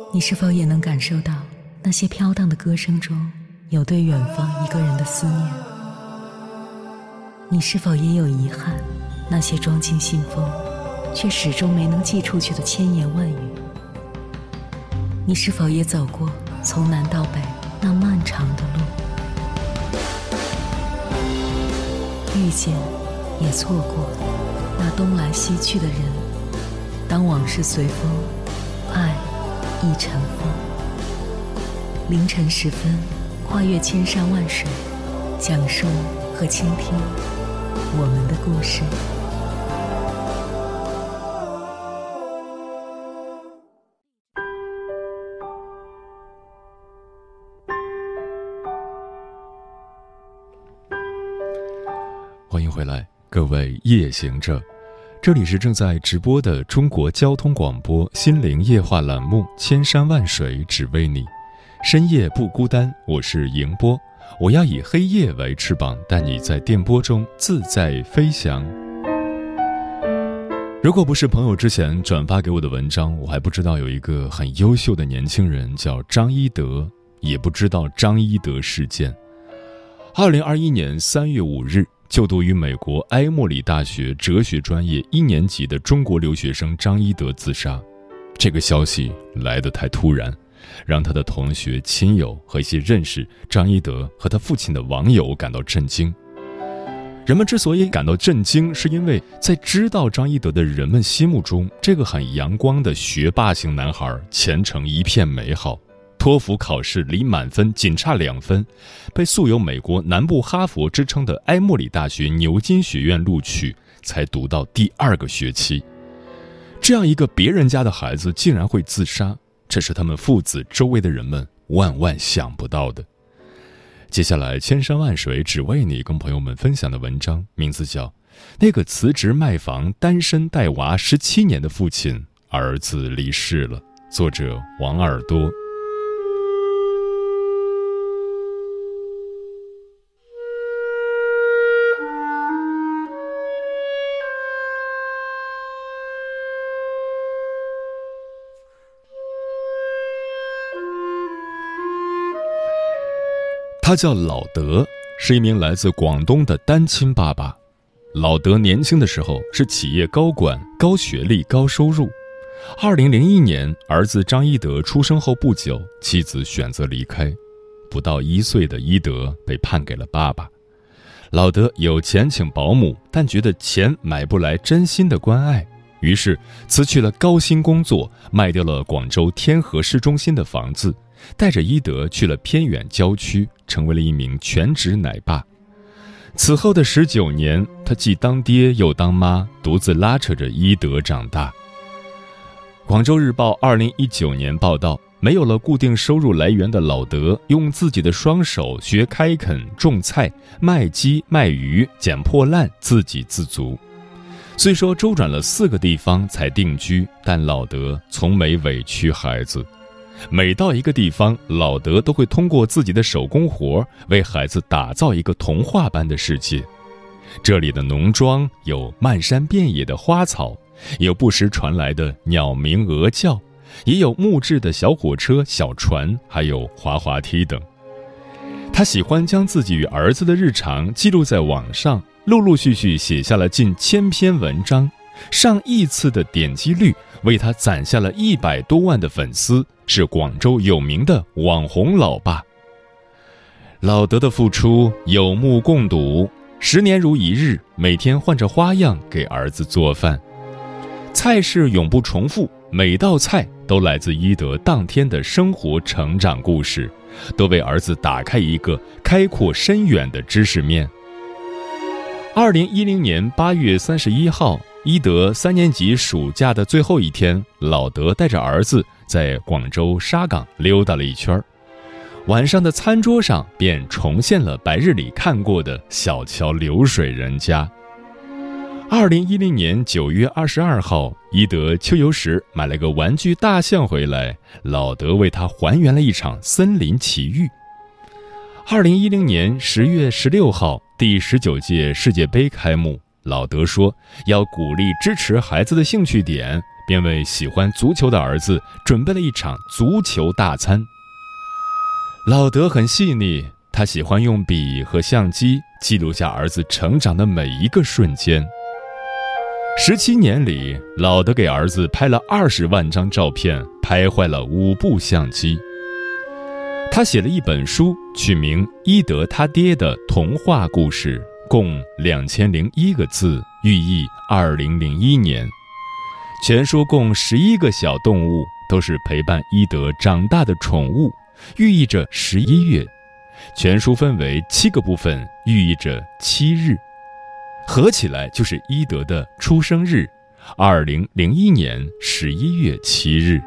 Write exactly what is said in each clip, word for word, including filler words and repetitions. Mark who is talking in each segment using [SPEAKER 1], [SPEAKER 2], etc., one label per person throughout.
[SPEAKER 1] 你是否也能感受到那些飘荡的歌声中有对远方一个人的思念？你是否也有遗憾，那些装进信封却始终没能寄出去的千言万语？你是否也走过从南到北那漫长的路？遇见也错过那东来西去的人，当往事随风，爱亦尘封。凌晨时分，跨越千山万水，讲述和倾听我们的故事。
[SPEAKER 2] 欢迎回来，各位夜行者，这里是正在直播的中国交通广播心灵夜话栏目《千山万水只为你》，深夜不孤单，我是迎波，我要以黑夜为翅膀，带你在电波中自在飞翔。如果不是朋友之前转发给我的文章，我还不知道有一个很优秀的年轻人叫张一德，也不知道张一德事件。二零二一年三月五日，就读于美国埃默里大学哲学专业一年级的中国留学生张一德自杀。这个消息来得太突然，让他的同学、亲友和一些认识张一德和他父亲的网友感到震惊。人们之所以感到震惊，是因为在知道张一德的人们心目中，这个很阳光的学霸型男孩前程一片美好，托福考试离满分仅差两分，被素有美国南部哈佛之称的埃默里大学牛津学院录取，才读到第二个学期。这样一个别人家的孩子竟然会自杀，这是他们父子周围的人们万万想不到的。接下来千山万水只为你跟朋友们分享的文章，名字叫《那个辞职卖房单身带娃十七年的父亲儿子离世了》，作者王耳朵。他叫老德，是一名来自广东的单亲爸爸。老德年轻的时候是企业高管，高学历高收入。二零零一年，儿子张一德出生后不久，妻子选择离开，不到一岁的一德被判给了爸爸。老德有钱请保姆，但觉得钱买不来真心的关爱，于是辞去了高薪工作，卖掉了广州天河市中心的房子，带着伊德去了偏远郊区，成为了一名全职奶爸。此后的十九年，他既当爹又当妈，独自拉扯着伊德长大。广州日报二零一九年报道，没有了固定收入来源的老德，用自己的双手学开垦、种菜、卖鸡、卖鱼、捡破烂，自给自足。虽说周转了四个地方才定居，但老德从没委屈孩子。每到一个地方，老德都会通过自己的手工活为孩子打造一个童话般的世界。这里的农庄有漫山遍野的花草，有不时传来的鸟鸣鹅叫，也有木质的小火车、小船，还有滑滑梯等。他喜欢将自己与儿子的日常记录在网上，陆陆续续写下了近千篇文章，上亿次的点击率为他攒下了一百多万的粉丝，是广州有名的网红老爸。老德的付出有目共睹，十年如一日，每天换着花样给儿子做饭。菜式永不重复，每道菜都来自伊德当天的生活成长故事，都为儿子打开一个开阔深远的知识面。二零一零年八月三十一号，伊德三年级暑假的最后一天，老德带着儿子在广州沙港溜达了一圈，晚上的餐桌上便重现了白日里看过的小桥流水人家。二零一零年九月二十二号，伊德秋游时买了个玩具大象回来，老德为他还原了一场森林奇遇。二零一零年十月十六号，第十九届世界杯开幕，老德说要鼓励支持孩子的兴趣点， 便为喜欢足球的儿子准备了一场足球大餐。老德很细腻，他喜欢用笔和相机记录下儿子成长的每一个瞬间。十七年里，老德给儿子拍了二十万张照片，拍坏了五部相机。他写了一本书，取名《伊德他爹的童话故事》，共两千零一个字，寓意二零零一年。全书共十一个小动物，都是陪伴伊德长大的宠物，寓意着十一月。全书分为七个部分，寓意着七日，合起来就是伊德的出生日，二零零一年十一月七日。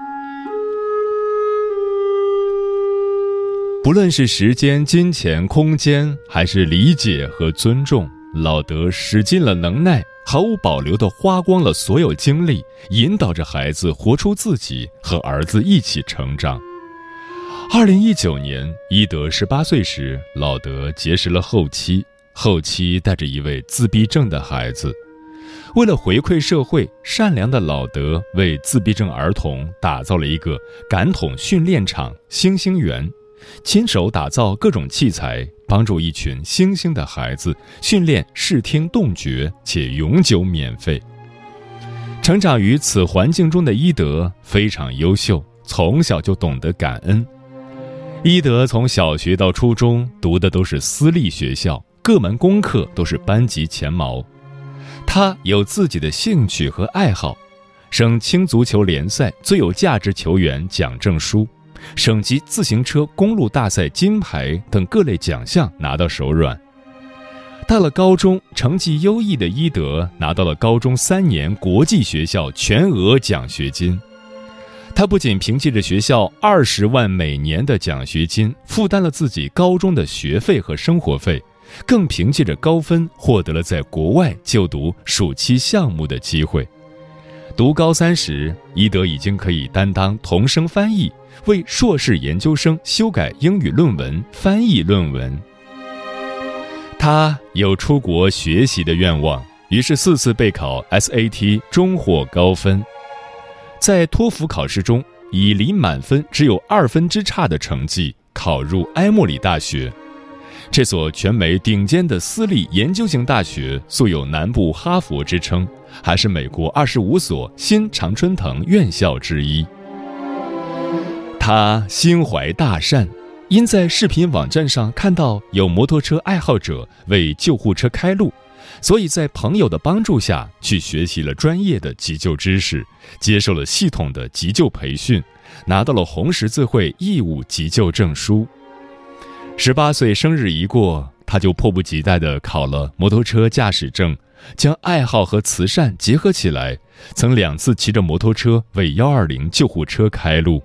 [SPEAKER 2] 不论是时间、金钱、空间，还是理解和尊重，老德使尽了能耐，毫无保留地花光了所有精力，引导着孩子活出自己，和儿子一起成长。二零一九年，伊德十八岁时，老德结识了后妻，后妻带着一位自闭症的孩子。为了回馈社会，善良的老德为自闭症儿童打造了一个感统训练场星星园，亲手打造各种器材，帮助一群星星的孩子训练视听动觉，且永久免费。成长于此环境中的伊德非常优秀，从小就懂得感恩。伊德从小学到初中读的都是私立学校，各门功课都是班级前茅。他有自己的兴趣和爱好，省轻足球联赛最有价值球员奖证书，省级自行车公路大赛金牌等各类奖项拿到手软。到了高中，成绩优异的伊德拿到了高中三年国际学校全额奖学金。他不仅凭借着学校二十万每年的奖学金负担了自己高中的学费和生活费，更凭借着高分获得了在国外就读暑期项目的机会。读高三时，伊德已经可以担当同声翻译，为硕士研究生修改英语论文、翻译论文。他有出国学习的愿望，于是四次备考 S A T 终获高分。在托福考试中，以离满分只有二分之差的成绩考入埃默里大学。这所全美顶尖的私立研究型大学素有南部哈佛之称，还是美国二十五所新常春藤院校之一。他心怀大善，因在视频网站上看到有摩托车爱好者为救护车开路，所以在朋友的帮助下去学习了专业的急救知识，接受了系统的急救培训，拿到了红十字会义务急救证书。十八岁生日一过，他就迫不及待地考了摩托车驾驶证，将爱好和慈善结合起来，曾两次骑着摩托车为一二零救护车开路。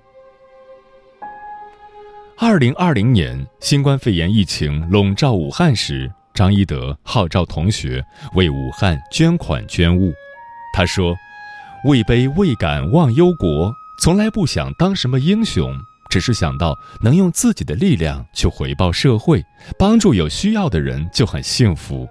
[SPEAKER 2] 二零二零年，新冠肺炎疫情笼罩武汉时，张一德号召同学为武汉捐款捐物。他说：“位卑未敢忘忧国，从来不想当什么英雄，只是想到能用自己的力量去回报社会，帮助有需要的人就很幸福。”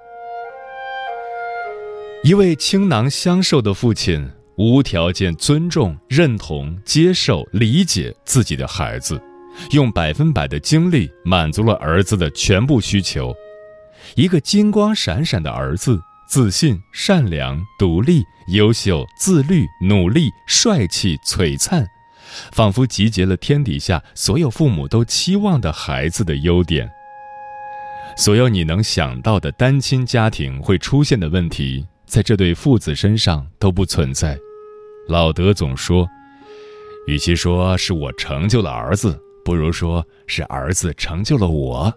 [SPEAKER 2] 一位倾囊相授的父亲，无条件尊重、认同、接受、理解自己的孩子，用百分百的精力满足了儿子的全部需求。一个金光闪闪的儿子，自信、善良、独立、优秀、自律、努力、帅气、璀璨，仿佛集结了天底下所有父母都期望的孩子的优点。所有你能想到的单亲家庭会出现的问题，在这对父子身上都不存在。老德总说，与其说是我成就了儿子，不如说是儿子成就了我。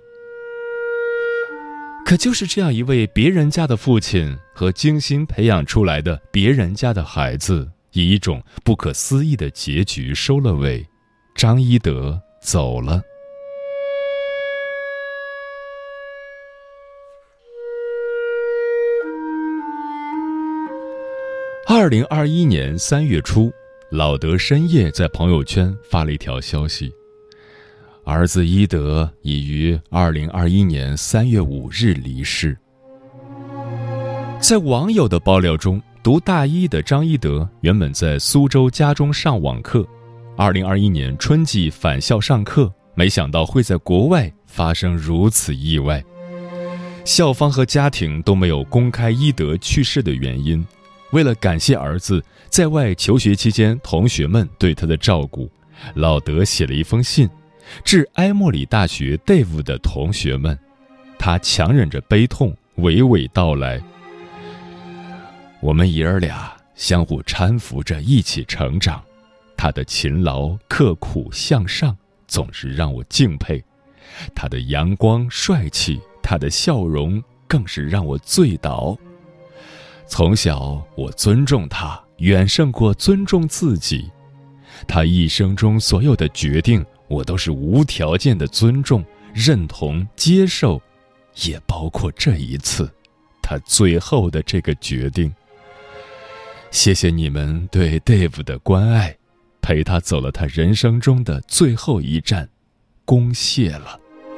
[SPEAKER 2] 可就是这样一位别人家的父亲和精心培养出来的别人家的孩子，以一种不可思议的结局收了尾，张一德走了。二零二一年三月初，老德深夜在朋友圈发了一条消息：儿子伊德已于二零二一年三月五日离世。在网友的爆料中， 读大一的张一德原本在苏州家中上网课，二零二一年春季返校上课，没想到会在国外发生如此意外。校方和家庭都没有公开一德去世的原因。为了感谢儿子在外求学期间同学们对他的照顾，老德写了一封信致埃默里大学 Dave 的同学们，他强忍着悲痛娓娓道来：我们爷儿俩相互搀扶着一起成长，他的勤劳刻苦向上总是让我敬佩，他的阳光帅气，他的笑容更是让我醉倒。从小我尊重他远胜过尊重自己，他一生中所有的决定我都是无条件的尊重、认同、接受，也包括这一次他最后的这个决定。谢谢你们对 Dave 的关爱，陪他走了他人生中的最后一站，恭谢了。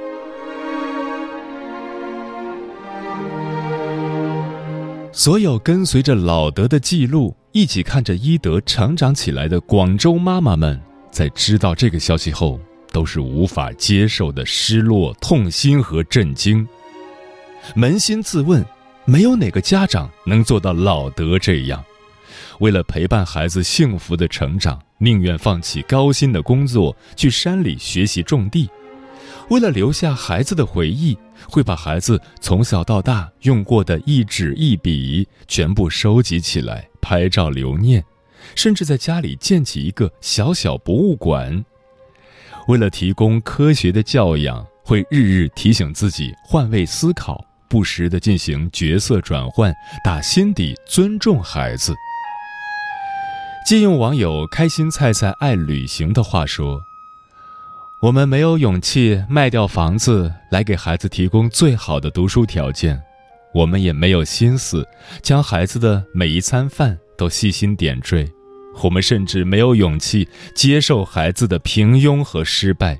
[SPEAKER 2] 所有跟随着老德的记录，一起看着一德成长起来的广州妈妈们，在知道这个消息后，都是无法接受的失落、痛心和震惊。扪心自问，没有哪个家长能做到老德这样，为了陪伴孩子幸福的成长，宁愿放弃高薪的工作，去山里学习种地。为了留下孩子的回忆，会把孩子从小到大用过的一纸一笔全部收集起来，拍照留念，甚至在家里建起一个小小博物馆。为了提供科学的教养，会日日提醒自己换位思考，不时地进行角色转换，打心底尊重孩子。借用网友开心菜菜爱旅行的话说，我们没有勇气卖掉房子来给孩子提供最好的读书条件，我们也没有心思将孩子的每一餐饭都细心点缀，我们甚至没有勇气接受孩子的平庸和失败。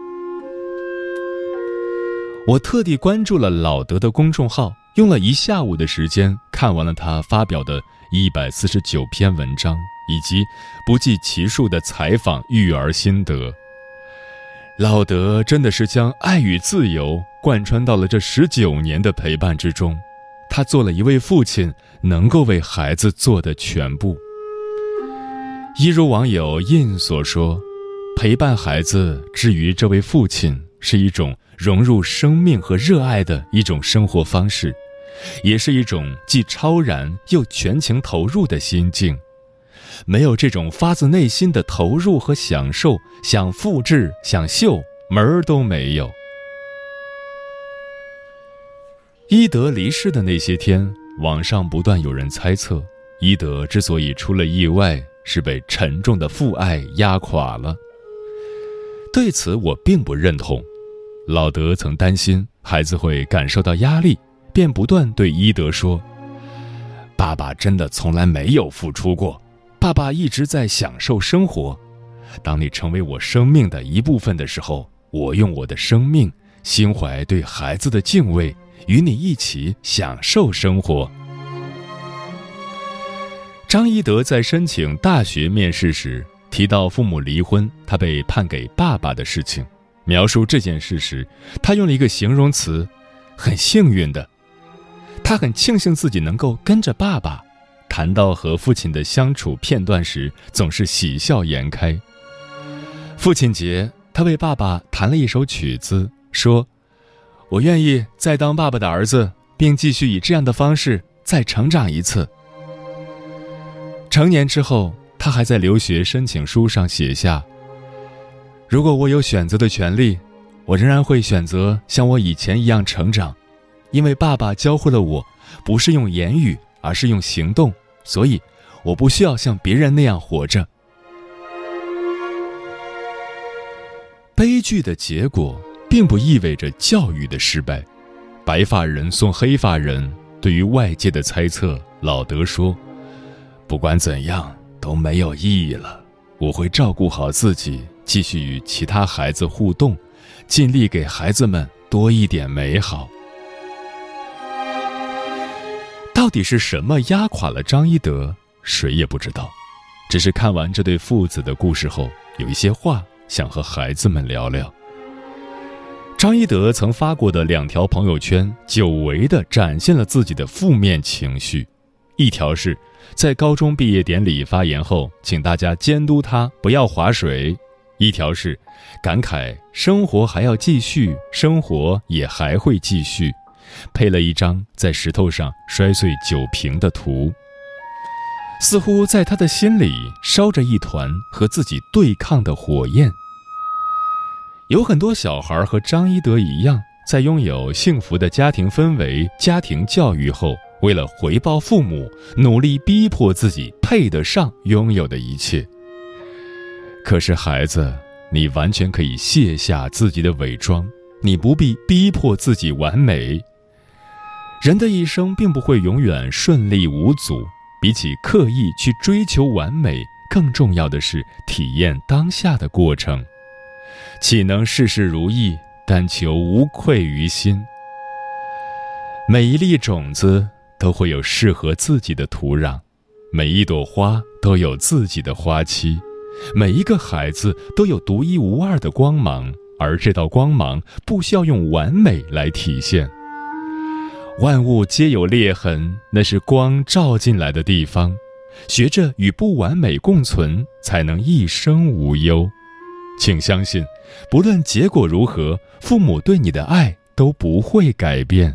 [SPEAKER 2] 我特地关注了老德的公众号，用了一下午的时间看完了他发表的一百四十九篇文章，以及不计其数的采访育儿心得。老德真的是将爱与自由贯穿到了这十九年的陪伴之中，他做了一位父亲能够为孩子做的全部。一如网友印所说，陪伴孩子之于这位父亲，是一种融入生命和热爱的一种生活方式，也是一种既超然又全情投入的心境。没有这种发自内心的投入和享受，想复制想秀门儿都没有。伊德离世的那些天，网上不断有人猜测，伊德之所以出了意外，是被沉重的父爱压垮了。对此我并不认同。老德曾担心孩子会感受到压力，便不断对伊德说，爸爸真的从来没有付出过，爸爸一直在享受生活。当你成为我生命的一部分的时候，我用我的生命，心怀对孩子的敬畏，与你一起享受生活。张一德在申请大学面试时提到父母离婚，他被判给爸爸的事情，描述这件事时，他用了一个形容词，很幸运的。他很庆幸自己能够跟着爸爸，谈到和父亲的相处片段时，总是喜笑颜开。父亲节，他为爸爸弹了一首曲子，说，我愿意再当爸爸的儿子，并继续以这样的方式再成长一次。成年之后，他还在留学申请书上写下，如果我有选择的权利，我仍然会选择像我以前一样成长，因为爸爸教会了我，不是用言语，而是用行动，所以我不需要像别人那样活着。悲剧的结果并不意味着教育的失败。白发人送黑发人，对于外界的猜测，老德说，不管怎样都没有意义了，我会照顾好自己，继续与其他孩子互动，尽力给孩子们多一点美好。到底是什么压垮了张一德，谁也不知道。只是看完这对父子的故事后，有一些话想和孩子们聊聊。张一德曾发过的两条朋友圈，久违地展现了自己的负面情绪。一条是在高中毕业典礼发言后，请大家监督他不要划水；一条是感慨生活还要继续，生活也还会继续，配了一张在石头上摔碎酒瓶的图。似乎在他的心里烧着一团和自己对抗的火焰。有很多小孩和张一德一样，在拥有幸福的家庭氛围、家庭教育后，为了回报父母，努力逼迫自己配得上拥有的一切。可是孩子，你完全可以卸下自己的伪装，你不必逼迫自己完美。人的一生并不会永远顺利无阻，比起刻意去追求完美，更重要的是体验当下的过程。岂能事事如意，但求无愧于心。每一粒种子都会有适合自己的土壤，每一朵花都有自己的花期，每一个孩子都有独一无二的光芒，而这道光芒不需要用完美来体现。万物皆有裂痕，那是光照进来的地方。学着与不完美共存，才能一生无忧。请相信，不论结果如何，父母对你的爱都不会改变。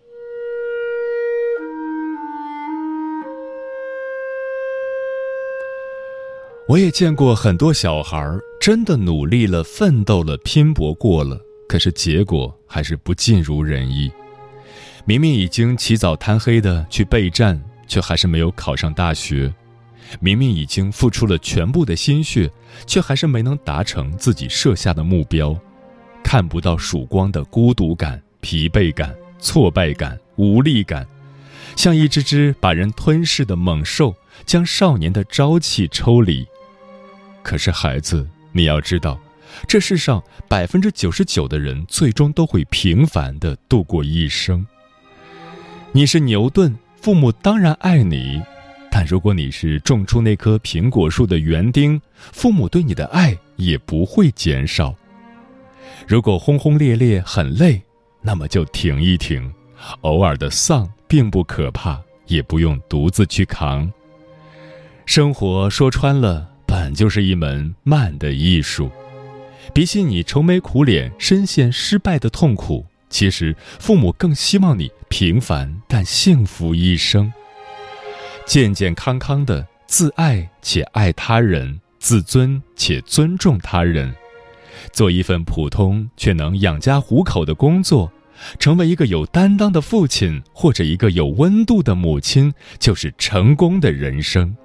[SPEAKER 2] 我也见过很多小孩真的努力了、奋斗了、拼搏过了，可是结果还是不尽如人意。明明已经起早贪黑的去备战，却还是没有考上大学；明明已经付出了全部的心血，却还是没能达成自己设下的目标。看不到曙光的孤独感、疲惫感、挫败感、无力感，像一只只把人吞噬的猛兽，将少年的朝气抽离。可是孩子，你要知道，这世上百分之九十九的人最终都会平凡地度过一生。你是牛顿，父母当然爱你，但如果你是种出那棵苹果树的园丁，父母对你的爱也不会减少。如果轰轰烈烈很累，那么就停一停，偶尔的丧并不可怕，也不用独自去扛。生活说穿了，本就是一门慢的艺术。比起你愁眉苦脸、深陷失败的痛苦，其实父母更希望你平凡但幸福一生，健健康康的，自爱且爱他人，自尊且尊重他人，做一份普通却能养家糊口的工作，成为一个有担当的父亲或者一个有温度的母亲，就是成功的人生。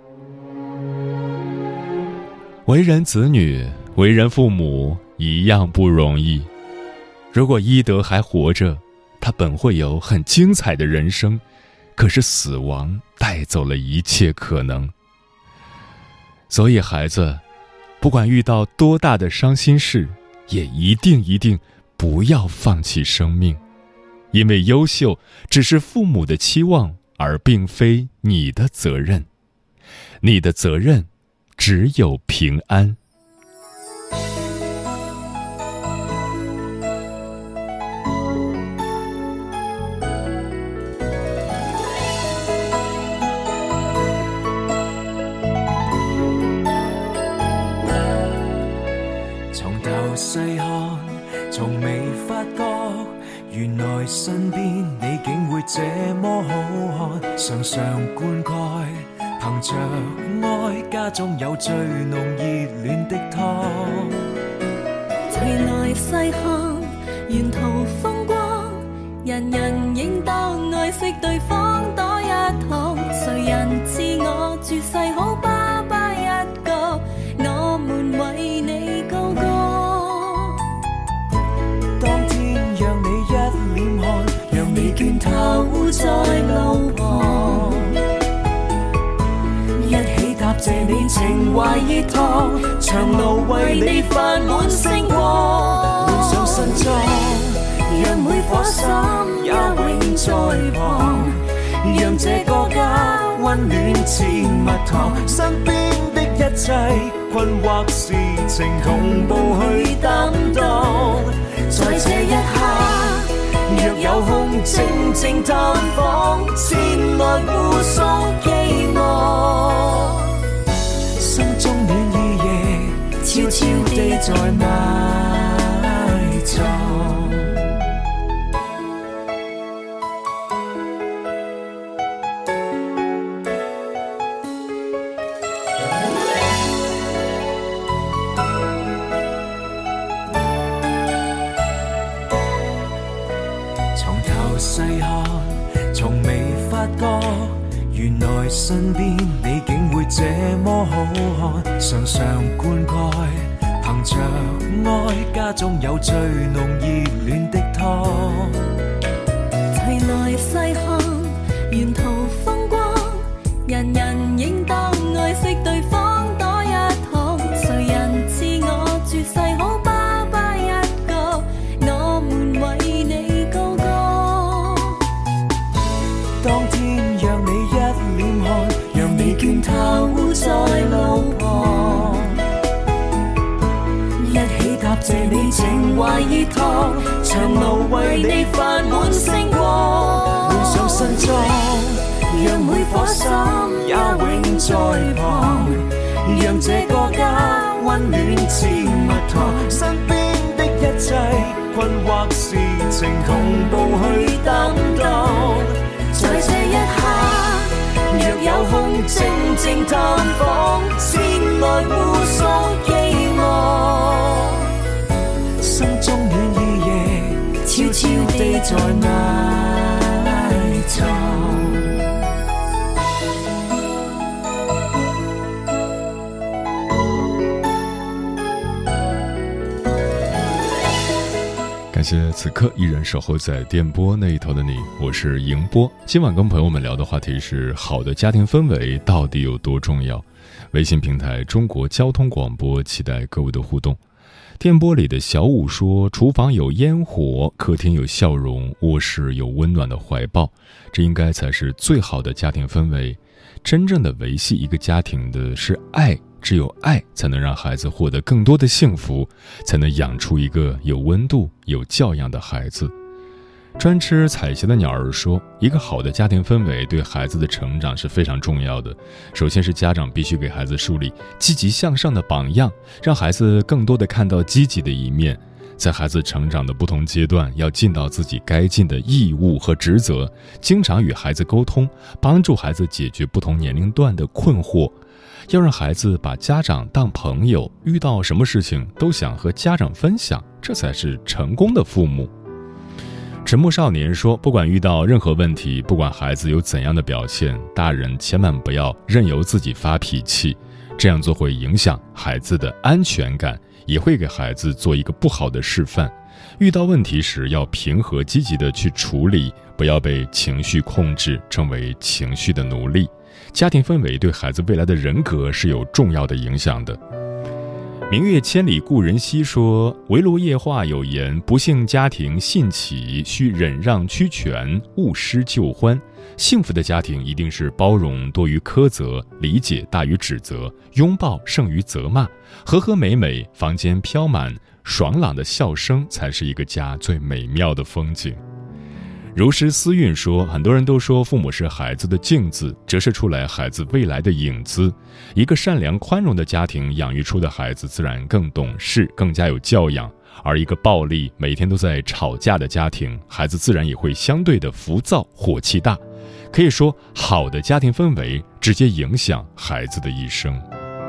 [SPEAKER 2] 为人子女，为人父母一样不容易。如果一德还活着，他本会有很精彩的人生，可是死亡带走了一切可能。所以孩子，不管遇到多大的伤心事，也一定一定不要放弃生命，因为优秀只是父母的期望，而并非你的责任。你的责任只有平安。
[SPEAKER 3] 細看，從未發覺，原來身邊你竟會這麼好看，常常灌溉，憑着愛，家中有最濃熱戀的湯。
[SPEAKER 4] 齊來細看，沿途風光，人人應當愛惜對方多一趟。誰人賜我絕世好爸爸一個，我們為你高歌。倦透在路旁，一起答謝你情懷熱燙，長路為你泛滿星光。換上新裝，讓每顆心也永在旁，
[SPEAKER 3] 讓這個家溫暖似蜜糖，身邊的一切困惑事情同步去擔當。在這一刻，若有空靜靜探訪，前來互訴寄望，心中暖意夜悄悄地在埋藏。細看，從未發覺，原來身邊你竟會這麼好看。常常灌溉，憑着愛，家中有最濃熱戀的湯。
[SPEAKER 4] 齊來細看，沿途風光，人人應當愛惜對方多一趟。誰人似我絕世好爸爸一個，我們為你高歌。
[SPEAKER 3] 當天讓你一臉汗，讓你倦透在路旁，一起答謝你情懷熱燙，長路為你泛滿星光。換上新裝，讓每顆心也永在旁，讓這個家溫暖似蜜糖，身邊的一切困惑事情同步去擔當。在這一刻，若有空靜靜探訪，前來互訴寄望，心中暖意夜悄悄地在埋藏。
[SPEAKER 2] 感谢此刻依然守候在电波那一头的你，我是迎波。今晚跟朋友们聊的话题是好的家庭氛围到底有多重要。微信平台中国交通广播，期待各位的互动。电波里的小五说，厨房有烟火，客厅有笑容，卧室有温暖的怀抱，这应该才是最好的家庭氛围。真正的维系一个家庭的是爱，只有爱才能让孩子获得更多的幸福，才能养出一个有温度有教养的孩子。专吃彩霞的鸟儿说，一个好的家庭氛围对孩子的成长是非常重要的。首先是家长必须给孩子树立积极向上的榜样，让孩子更多的看到积极的一面。在孩子成长的不同阶段，要尽到自己该尽的义务和职责，经常与孩子沟通，帮助孩子解决不同年龄段的困惑。要让孩子把家长当朋友，遇到什么事情都想和家长分享，这才是成功的父母。沉默少年说，不管遇到任何问题，不管孩子有怎样的表现，大人千万不要任由自己发脾气，这样做会影响孩子的安全感，也会给孩子做一个不好的示范。遇到问题时要平和积极的去处理，不要被情绪控制，成为情绪的奴隶。家庭氛围对孩子未来的人格是有重要的影响的。明月千里故人西说，围炉夜话有言，不幸家庭信起，需忍让屈权，勿施旧欢。幸福的家庭一定是包容多于苛责，理解大于指责，拥抱胜于责骂，和和美美，房间飘满爽朗的笑声，才是一个家最美妙的风景。如诗思韵说，很多人都说父母是孩子的镜子，折射出来孩子未来的影子。一个善良宽容的家庭养育出的孩子自然更懂事，更加有教养。而一个暴力每天都在吵架的家庭，孩子自然也会相对的浮躁，火气大。可以说，好的家庭氛围直接影响孩子的一生。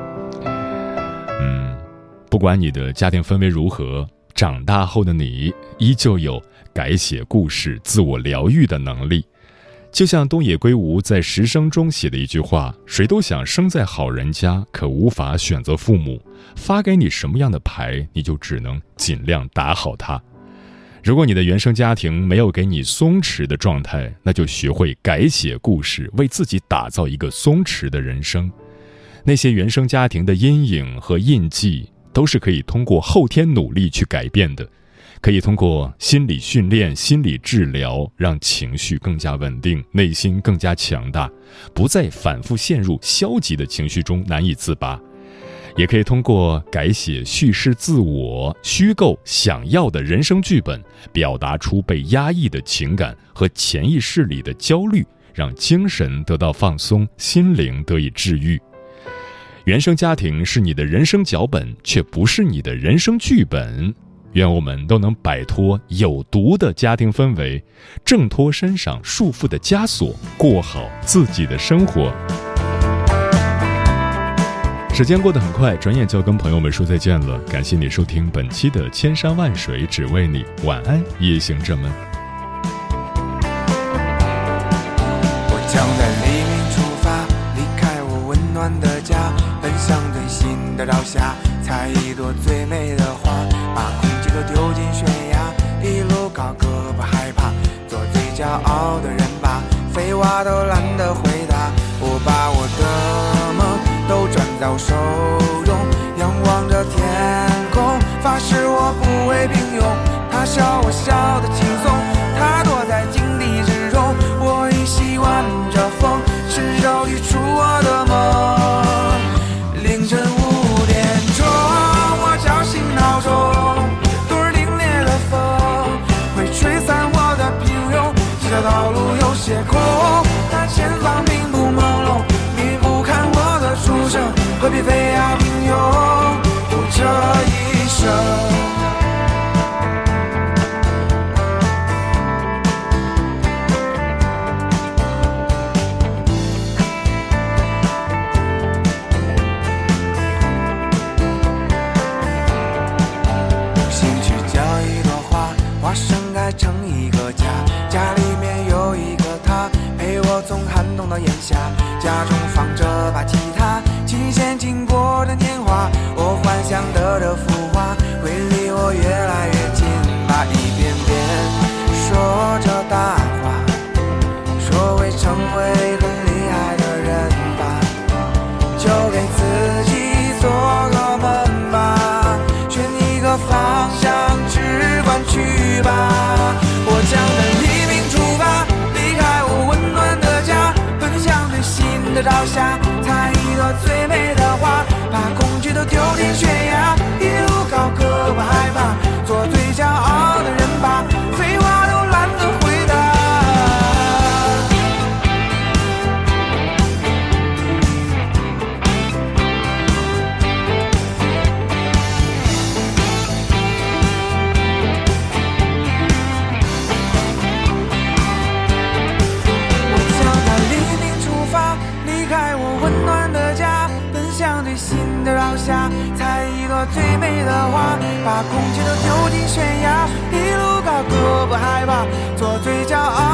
[SPEAKER 2] 嗯，不管你的家庭氛围如何，长大后的你依旧有改写故事、自我疗愈的能力。就像东野圭吾在《十生》中写的一句话，谁都想生在好人家，可无法选择父母，发给你什么样的牌，你就只能尽量打好它。如果你的原生家庭没有给你松弛的状态，那就学会改写故事，为自己打造一个松弛的人生。那些原生家庭的阴影和印记都是可以通过后天努力去改变的。 可以通过心理训练、心理治疗，让情绪更加稳定，内心更加强大，不再反复陷入消极的情绪中难以自拔。也可以通过改写叙事自我，虚构想要的人生剧本，表达出被压抑的情感和潜意识里的焦虑，让精神得到放松，心灵得以治愈。原生家庭是你的人生脚本，却不是你的人生剧本。愿我们都能摆脱有毒的家庭氛围，挣脱身上束缚的枷锁，过好自己的生活。时间过得很快，转眼就要跟朋友们说再见了。感谢你收听本期的千山万水只为你，晚安，夜行者们。
[SPEAKER 5] 我将在黎明出发，离开我温暖的家，奔向最新的朝霞，采一朵最美的花，把空气都丢进悬崖，一路高歌不害怕，做最骄傲的人吧，废话都懒得回答，我把我的梦都转到手中，仰望着天空，发誓我不会平庸。他笑我笑得轻松，他躲在井底之中，我已习惯着风，伸手取出我的梦。凌晨五点钟，我叫醒闹钟，都是凛冽的风会吹散我的平庸，这条道路有些空，但前方并不朦胧，你不看我的出生，何必非要平庸过这一生。有兴趣浇一朵花，花盛开成一个家，家里面有一个他，陪我从寒冬到炎夏，家中放着把吉他，琴弦经过的年华，我幻想的这幅画会离我越来越近吧，一遍遍说着大话，说会成为很厉害的人吧，就给自己做个梦吧，选一个方向只管去吧。我将在黎明出发，离开我温暖的家，奔向最新的朝霞，采一朵最美的花，把恐惧都丢进悬崖，一路高歌不害怕，做最骄傲的人吧，废话都懒得回答。我将在黎明出发，离开我温暖的家，奔向最新的朝霞，采一朵最美的花，把空气都丢进悬崖，一路高歌不害怕，做最骄傲